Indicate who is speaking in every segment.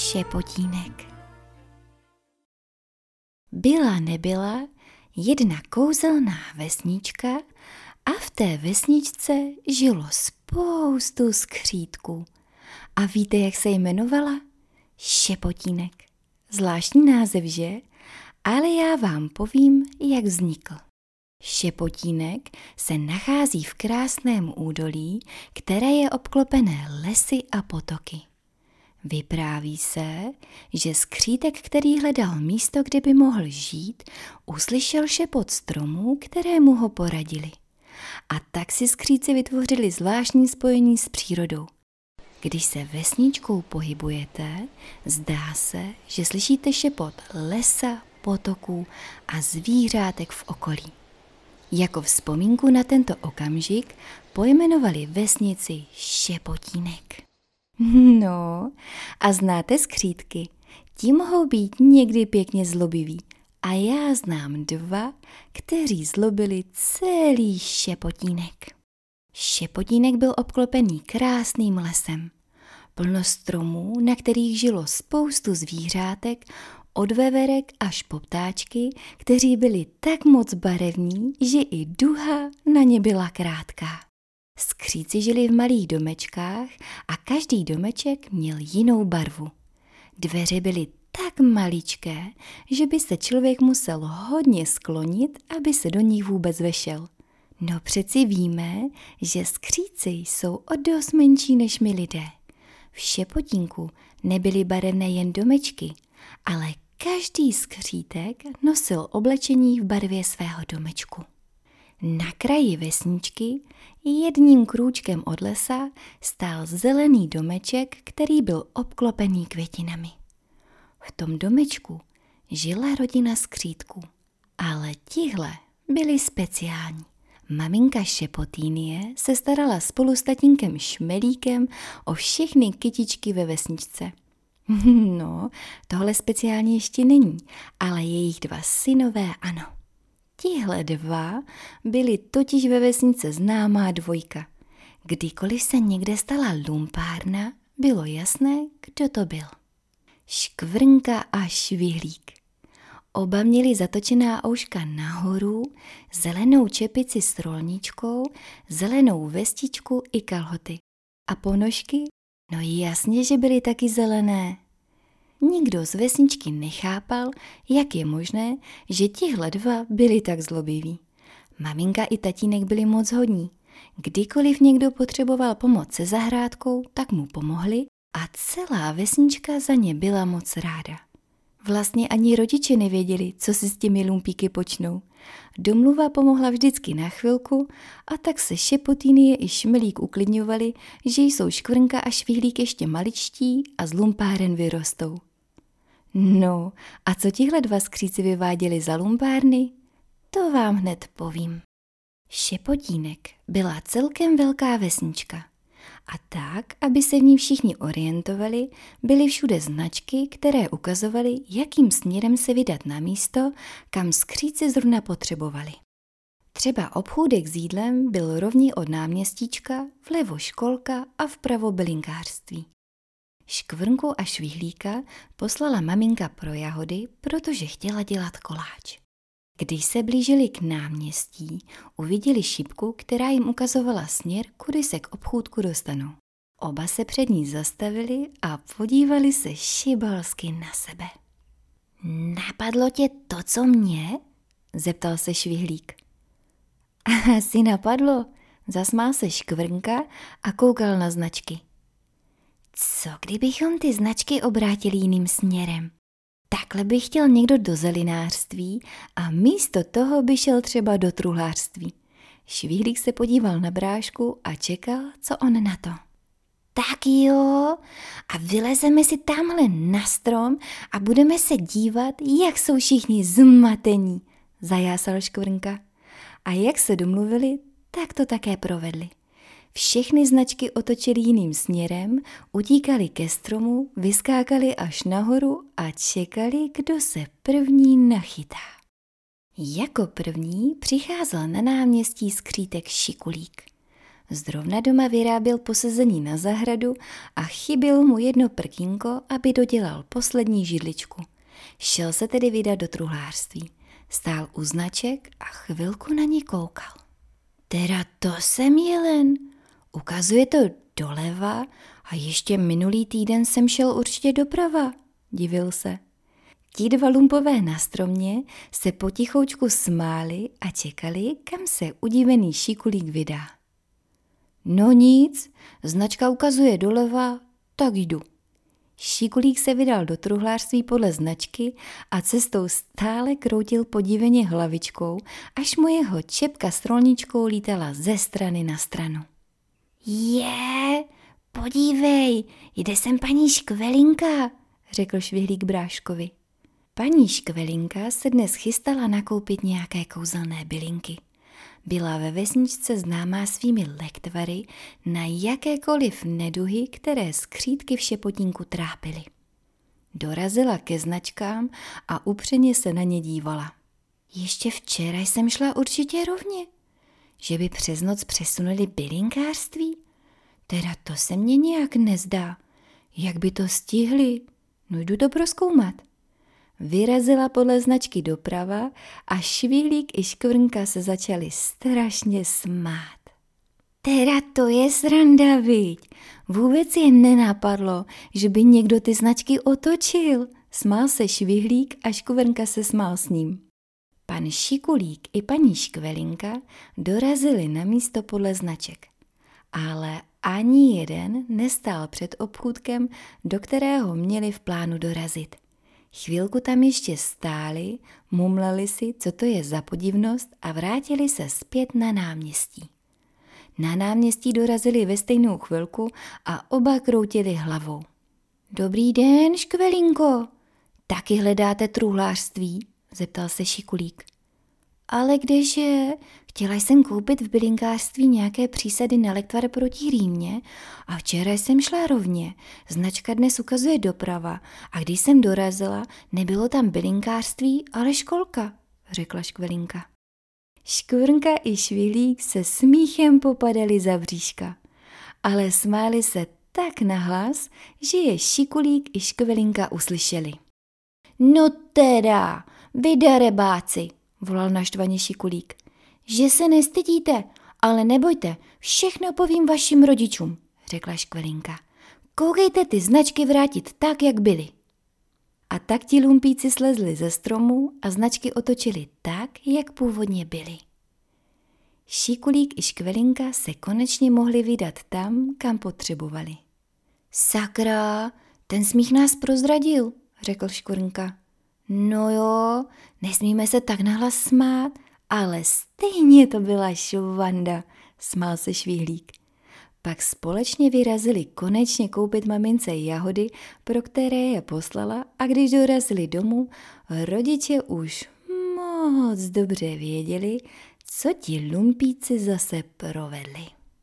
Speaker 1: Šepotínek. Byla nebyla jedna kouzelná vesnička a v té vesničce žilo spoustu skřítků. A víte, jak se jmenovala? Šepotínek. Zvláštní název, že? Ale já vám povím, jak vznikl. Šepotínek se nachází v krásném údolí, které je obklopené lesy a potoky. Vypráví se, že skřítek, který hledal místo, kde by mohl žít, uslyšel šepot stromů, které mu ho poradili. A tak si skříci vytvořili zvláštní spojení s přírodou. Když se vesničkou pohybujete, zdá se, že slyšíte šepot lesa, potoků a zvířátek v okolí. Jako vzpomínku na tento okamžik pojmenovali vesnici Šepotínek. No, a znáte skřítky? Ti mohou být někdy pěkně zlobiví. A já znám 2, kteří zlobili celý Šepotínek. Šepotínek byl obklopený krásným lesem. Plno stromů, na kterých žilo spoustu zvířátek, od veverek až po ptáčky, kteří byli tak moc barevní, že i duha na ně byla krátká. Skříci žili v malých domečkách a každý domeček měl jinou barvu. Dveře byly tak maličké, že by se člověk musel hodně sklonit, aby se do nich vůbec vešel. No přeci víme, že skříci jsou o dost menší než my lidé. V Šepotínku nebyly barevné jen domečky, ale každý skřítek nosil oblečení v barvě svého domečku. Na kraji vesničky, jedním krůčkem od lesa, stál zelený domeček, který byl obklopený květinami. V tom domečku žila rodina skřítků, ale tihle byli speciální. Maminka Šepotýnie se starala spolu s tatínkem Šmelíkem o všechny kytičky ve vesničce. No, tohle speciálně ještě není, ale jejich 2 synové ano. Tihle 2 byli totiž ve vesnice známá dvojka. Kdykoliv se někde stala lumpárna, bylo jasné, kdo to byl. Škvrnka a Švihlík. Oba měli zatočená ouška nahoru, zelenou čepici s rolničkou, zelenou vestičku i kalhoty. A ponožky? No jasně, že byly taky zelené. Nikdo z vesničky nechápal, jak je možné, že tihle 2 byli tak zlobiví. Maminka i tatínek byli moc hodní. Kdykoliv někdo potřeboval pomoc se zahrádkou, tak mu pomohli a celá vesnička za ně byla moc ráda. Vlastně ani rodiče nevěděli, co si s těmi lumpíky počnou. Domluva pomohla vždycky na chvilku a tak se Šepotýnie i Šmelík uklidňovali, že jsou Škvrnka a Švihlík ještě maličtí a z lumpáren vyrostou. No, a co tihle 2 skříci vyváděli za lumpárny? To vám hned povím. Šepotínek byla celkem velká vesnička. A tak, aby se v ní všichni orientovali, byly všude značky, které ukazovaly, jakým směrem se vydat na místo, kam skříci zrovna potřebovali. Třeba obchůdek s jídlem byl rovně od náměstíčka, vlevo školka a vpravo bylinkářství. Škvrnku a Švihlíka poslala maminka pro jahody, protože chtěla dělat koláč. Když se blížili k náměstí, uviděli šipku, která jim ukazovala směr, kudy se k obchůdku dostanou. Oba se před ní zastavili a podívali se šibalsky na sebe. Napadlo tě to, co mě? Zeptal se Švihlík. Asi napadlo, zasmál se Škvrnka a koukal na značky. Co kdybychom ty značky obrátili jiným směrem? Takhle by chtěl někdo do zelinářství a místo toho by šel třeba do truhlářství. Švihlík se podíval na brášku a čekal, co on na to. Tak jo, a vylezeme si tamhle na strom a budeme se dívat, jak jsou všichni zmatení, zajásal Škvrnka. A jak se domluvili, tak to také provedli. Všechny značky otočily jiným směrem, utíkali ke stromu, vyskákali až nahoru a čekali, kdo se první nachytá. Jako první přicházel na náměstí skřítek Šikulík. Zrovna doma vyráběl posezení na zahradu a chybělo mu jedno prkínko, aby dodělal poslední židličku. Šel se tedy vydat do truhlářství. Stál u značek a chvilku na ně koukal. Teda to jsem jelen. Ukazuje to doleva a ještě minulý týden jsem šel určitě doprava, divil se. Ti dva lumpové na stromě se potichoučku smáli a čekali, kam se udivený šikulík vydá. No nic, značka ukazuje doleva, tak jdu. Šikulík se vydal do truhlářství podle značky a cestou stále kroutil podiveně hlavičkou, až mu jeho čepka s rolničkou lítala ze strany na stranu. Podívej, jde sem paní Škvelinka, řekl švihlík bráškovi. Paní Škvelinka se dnes chystala nakoupit nějaké kouzelné bylinky. Byla ve vesničce známá svými lektvary na jakékoliv neduhy, které skřítky v Šepotínku trápily. Dorazila ke značkám a upřeně se na ně dívala. Ještě včera jsem šla určitě rovně. Že by přes noc přesunuli bylinkářství? Teda to se mně nějak nezdá. Jak by to stihli? No jdu to prozkoumat. Vyrazila podle značky doprava a Švihlík i Škvrnka se začali strašně smát. Teda to je sranda, viď? Vůbec je nenapadlo, že by někdo ty značky otočil. Smál se Švihlík a Škvrnka se smál s ním. Pan Šikulík i paní Škvelinka dorazili na místo podle značek. Ale ani jeden nestál před obchůdkem, do kterého měli v plánu dorazit. Chvílku tam ještě stáli, mumlali si, co to je za podivnost a vrátili se zpět na náměstí. Na náměstí dorazili ve stejnou chvilku a oba kroutili hlavou. Dobrý den, Škvelinko, taky hledáte truhlářství? Zeptal se Šikulík. Ale kdeže? Chtěla jsem koupit v bylinkářství nějaké přísady na lektvar proti rýmě a včera jsem šla rovně. Značka dnes ukazuje doprava a když jsem dorazila, nebylo tam bylinkářství, ale školka, řekla Škvelinka. Škvrnka i Švihlík se smíchem popadali za bříška, ale smáli se tak nahlas, že je Šikulík i Škvelinka uslyšeli. No teda, vy darebáci, volal naštvaně Šikulík, že se nestydíte, ale nebojte, všechno povím vašim rodičům, řekla Škvelinka. Koukejte ty značky vrátit tak, jak byly. A tak ti lumpíci slezli ze stromu a značky otočili tak, jak původně byly. Šikulík i Škvelinka se konečně mohli vydat tam, kam potřebovali. Sakra, ten smích nás prozradil, řekl Škvrnka. No jo, nesmíme se tak nahlas smát, ale stejně to byla švanda, smál se Švihlík. Pak společně vyrazili konečně koupit mamince jahody, pro které je poslala, a když dorazili domů, rodiče už moc dobře věděli, co ti lumpíci zase provedli.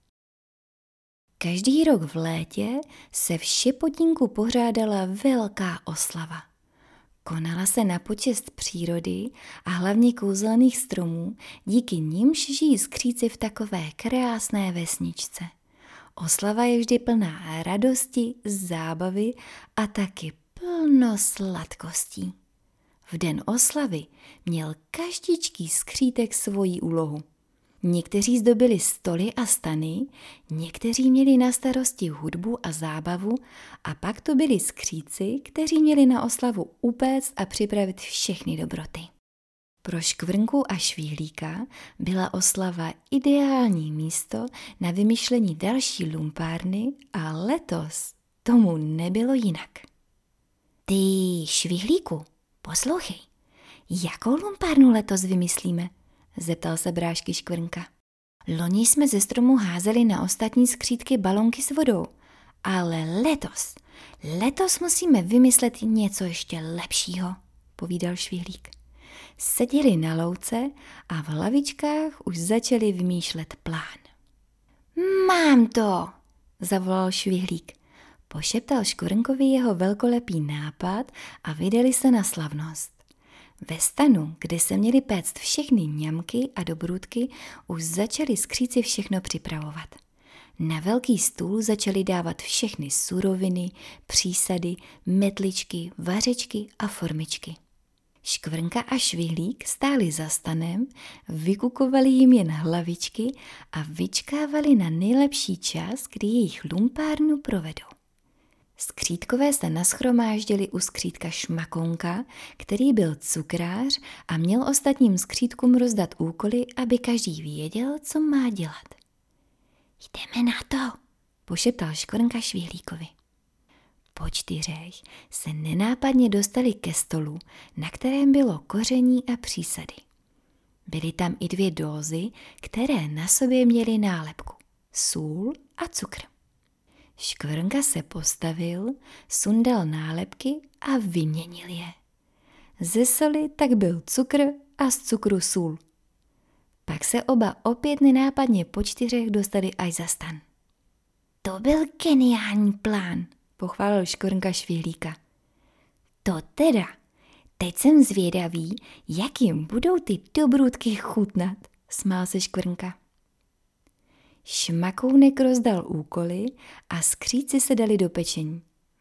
Speaker 1: Každý rok v létě se v Šepotínku pořádala velká oslava. Konala se na počest přírody a hlavně kouzelných stromů, díky nimž žijí skříci v takové krásné vesničce. Oslava je vždy plná radosti, zábavy a taky plno sladkostí. V den oslavy měl každičký skřítek svoji úlohu. Někteří zdobili stoly a stany, někteří měli na starosti hudbu a zábavu a pak to byli skříci, kteří měli na oslavu upéct a připravit všechny dobroty. Pro Škvrnku a Švihlíka byla oslava ideální místo na vymyšlení další lumpárny a letos tomu nebylo jinak. Ty, Švihlíku, poslouchej, jakou lumpárnu letos vymyslíme? Zeptal se brášky Škvrnka. Loni jsme ze stromu házeli na ostatní skřítky balonky s vodou, ale letos musíme vymyslet něco ještě lepšího, povídal Švihlík. Seděli na louce a v hlavičkách už začali vymýšlet plán. Mám to, zavolal Švihlík. Pošeptal Škvrnkovi jeho velkolepý nápad a vydali se na slavnost. Ve stanu, kde se měli péct všechny ňamky a dobrůdky, už začali skříci všechno připravovat. Na velký stůl začali dávat všechny suroviny, přísady, metličky, vařečky a formičky. Škvrnka a Švihlík stáli za stanem, vykukovali jim jen hlavičky a vyčkávali na nejlepší čas, kdy jejich lumpárnu provedou. Skřítkové se nashromáždili u skřítka Šmakounka, který byl cukrář a měl ostatním skřítkům rozdat úkoly, aby každý věděl, co má dělat. Jdeme na to, pošeptal Škvrnka Švihlíkovi. Po 4 se nenápadně dostali ke stolu, na kterém bylo koření a přísady. Byly tam i 2 dózy, které na sobě měly nálepku sůl a cukr. Škvrnka se postavil, sundal nálepky a vyměnil je. Ze soli tak byl cukr a z cukru sůl. Pak se oba opět nenápadně po 4 dostali až za stan. To byl geniální plán, pochválil Škvrnka Švihlíka. To teda, teď jsem zvědavý, jak jim budou ty dobrůdky chutnat, smál se Škvrnka. Šmakounek rozdal úkoly a skříci se dali do pečení.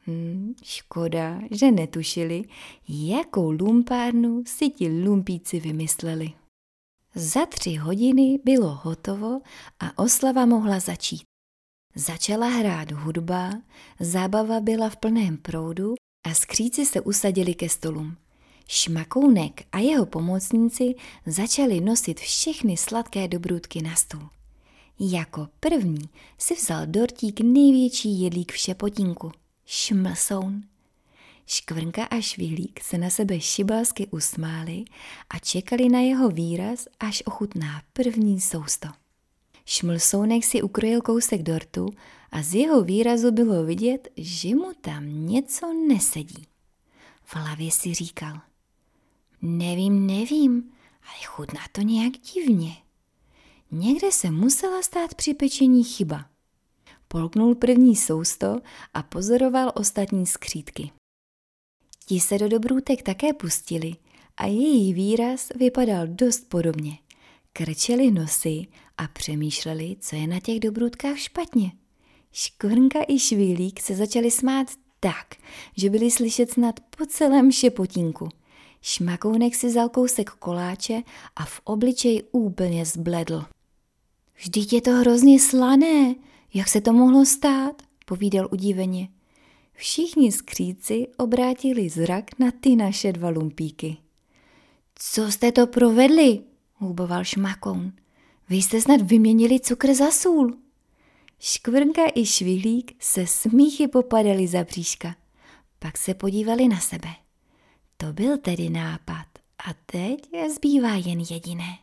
Speaker 1: Škoda, že netušili, jakou lumpárnu si ti lumpíci vymysleli. Za 3 hodiny bylo hotovo a oslava mohla začít. Začala hrát hudba, zábava byla v plném proudu a skříci se usadili ke stolům. Šmakounek a jeho pomocníci začali nosit všechny sladké dobrůdky na stůl. Jako první si vzal dortík největší jedlík v šepotínku, Šmlsoun. Škvrnka a Švihlík se na sebe šibalsky usmáli a čekali na jeho výraz, až ochutná první sousto. Šmlsounek si ukrojil kousek dortu a z jeho výrazu bylo vidět, že mu tam něco nesedí. V hlavě si říkal, nevím, ale chutná to nějak divně. Někde se musela stát při pečení chyba. Polknul první sousto a pozoroval ostatní skřítky. Ti se do dobrůtek také pustili a jejich výraz vypadal dost podobně. Krčeli nosy a přemýšleli, co je na těch dobrůdkách špatně. Škvrnka i Švihlík se začali smát tak, že byli slyšet snad po celém šepotínku. Šmakounek si vzal kousek koláče a v obličeji úplně zbledl. Vždyť je to hrozně slané, jak se to mohlo stát, povídal udíveně. Všichni skříci obrátili zrak na ty naše 2 lumpíky. Co jste to provedli? Huboval Šmakoun. Vy jste snad vyměnili cukr za sůl. Škvrnka i Švihlík se smíchy popadali za bříška. Pak se podívali na sebe. To byl tedy nápad a teď zbývá jen jediné.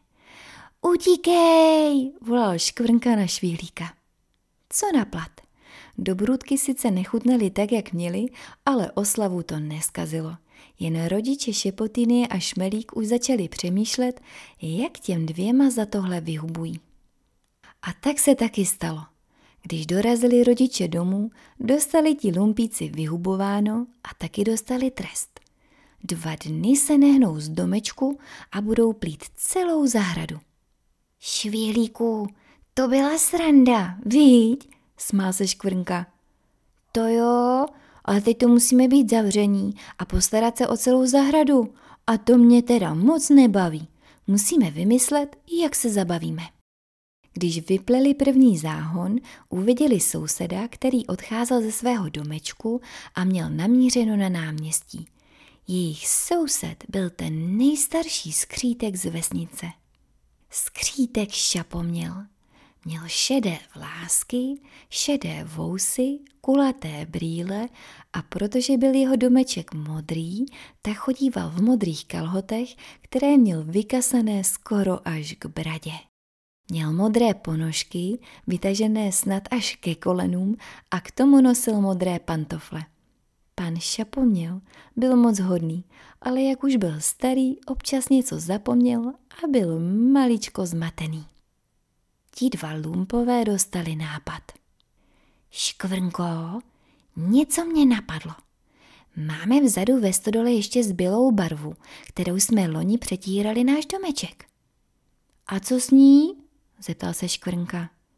Speaker 1: Utíkej, volal Škvrnka na Švihlíka. Co naplat? Dobrůdky sice nechutnaly tak, jak měly, ale oslavu to neskazilo. Jen rodiče Šepotiny a Šmelík už začali přemýšlet, jak těm 2 za tohle vyhubují. A tak se taky stalo. Když dorazili rodiče domů, dostali ti lumpíci vyhubováno a taky dostali trest. 2 dny se nehnou z domečku a budou plít celou zahradu. Švihlíku, to byla sranda, viď? Smál se Škvrnka. To jo, ale teď to musíme být zavření a postarat se o celou zahradu. A to mě teda moc nebaví. Musíme vymyslet, jak se zabavíme. Když vypleli první záhon, uviděli souseda, který odcházel ze svého domečku a měl namířeno na náměstí. Jejich soused byl ten nejstarší skřítek z vesnice. Skřítek šapomněl. Měl šedé vlásky, šedé vousy, kulaté brýle a protože byl jeho domeček modrý, tak chodíval v modrých kalhotech, které měl vykasané skoro až k bradě. Měl modré ponožky, vytažené snad až ke kolenům a k tomu nosil modré pantofle. Pan Šapomněl byl moc hodný, ale jak už byl starý, občas něco zapomněl a byl maličko zmatený. Ti 2 lumpové dostali nápad. Škvrnko, něco mě napadlo. Máme vzadu ve stodole ještě zbylou barvu, kterou jsme loni přetírali náš domeček. A co s ní? Zeptal se Škvrnka.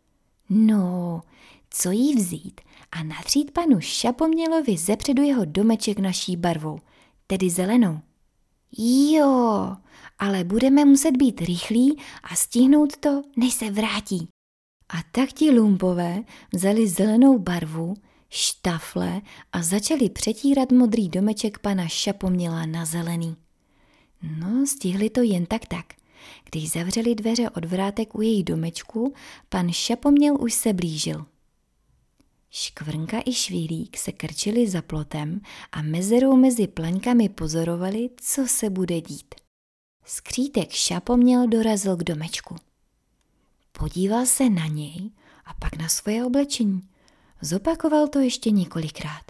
Speaker 1: No, co jí vzít a natřít panu Šapomělovi zepředu jeho domeček naší barvou, tedy zelenou. Jo, ale budeme muset být rychlí a stihnout to, než se vrátí. A tak ti lumpové vzali zelenou barvu, štafle a začali přetírat modrý domeček pana Šapoměla na zelený. No, stihli to jen tak. Když zavřeli dveře od vrátek u jejich domečku, pan Šapoměl už se blížil. Škvrnka i Švihlík se krčili za plotem a mezerou mezi plaňkami pozorovali, co se bude dít. Skřítek Šapoměl dorazil k domečku. Podíval se na něj a pak na svoje oblečení. Zopakoval to ještě několikrát.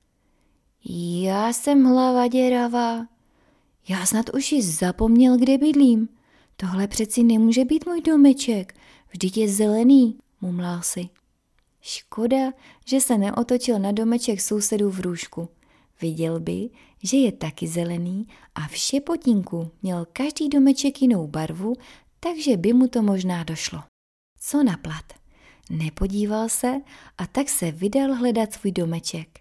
Speaker 1: Já jsem hlava děravá. Já snad už i zapomněl, kde bydlím. Tohle přeci nemůže být můj domeček. Vždyť je zelený, mumlal si. Škoda, že se neotočil na domeček sousedů v růžku. Viděl by, že je taky zelený a v Šepotínku měl každý domeček jinou barvu, takže by mu to možná došlo. Co naplat? Nepodíval se a tak se vydal hledat svůj domeček.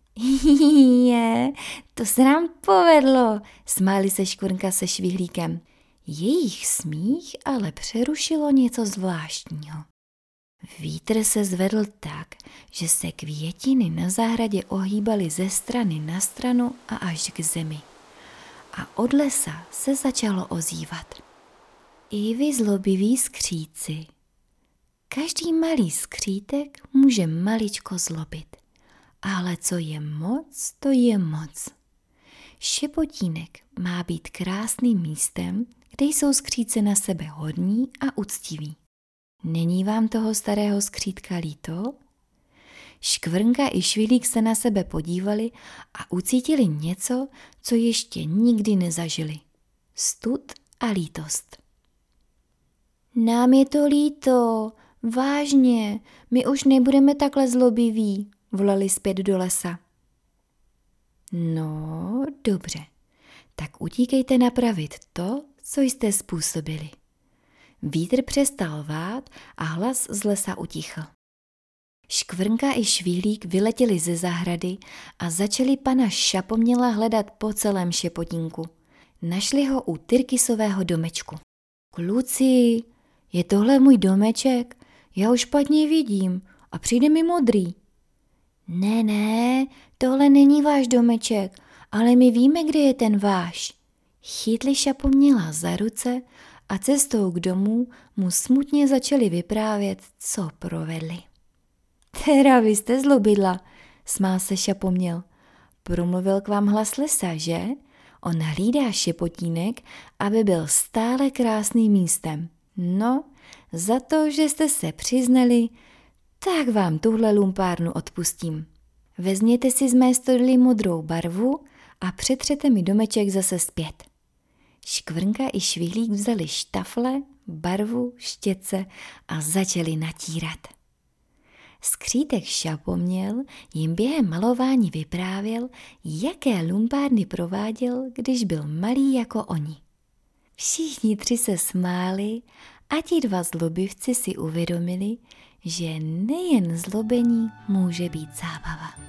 Speaker 1: To se nám povedlo, smáli se Škvrnka se Švihlíkem. Jejich smích ale přerušilo něco zvláštního. Vítr se zvedl tak, že se květiny na zahradě ohýbaly ze strany na stranu a až k zemi. A od lesa se začalo ozývat. I vy zlobiví skříci. Každý malý skřítek může maličko zlobit. Ale co je moc, to je moc. Šepotínek má být krásným místem, kde jsou skříce na sebe hodní a uctiví. Není vám toho starého skřítka líto? Škvrnka i Švihlík se na sebe podívali a ucítili něco, co ještě nikdy nezažili. Stud a lítost. Nám je to líto, vážně, my už nebudeme takhle zlobiví, volali zpět do lesa. No, dobře, tak utíkejte napravit to, co jste způsobili. Vítr přestal vát a hlas z lesa utichl. Škvrnka i Švihlík vyletěli ze zahrady a začali pana Šapoměla hledat po celém Šepotínku. Našli ho u Tyrkysového domečku. Kluci, je tohle můj domeček? Já už špatně vidím a přijde mi modrý. Ne, tohle není váš domeček, ale my víme, kde je ten váš. Chytli Šapoměla za ruce a cestou k domu mu smutně začali vyprávět, co provedli. Teda vy jste zlobidla, smál se Šapoměl. Promluvil k vám hlas lesa, že? On hlídá Šepotínek, aby byl stále krásným místem. No, za to, že jste se přiznali, tak vám tuhle lumpárnu odpustím. Vezměte si z mé stodoly modrou barvu a přetřete mi domeček zase zpět. Škvrnka i Švihlík vzali štafle, barvu, štětce a začali natírat. Skřítek Šapoměl jim během malování vyprávěl, jaké lumpárny prováděl, když byl malý jako oni. Všichni tři se smáli a ti dva zlobivci si uvědomili, že nejen zlobení může být zábava.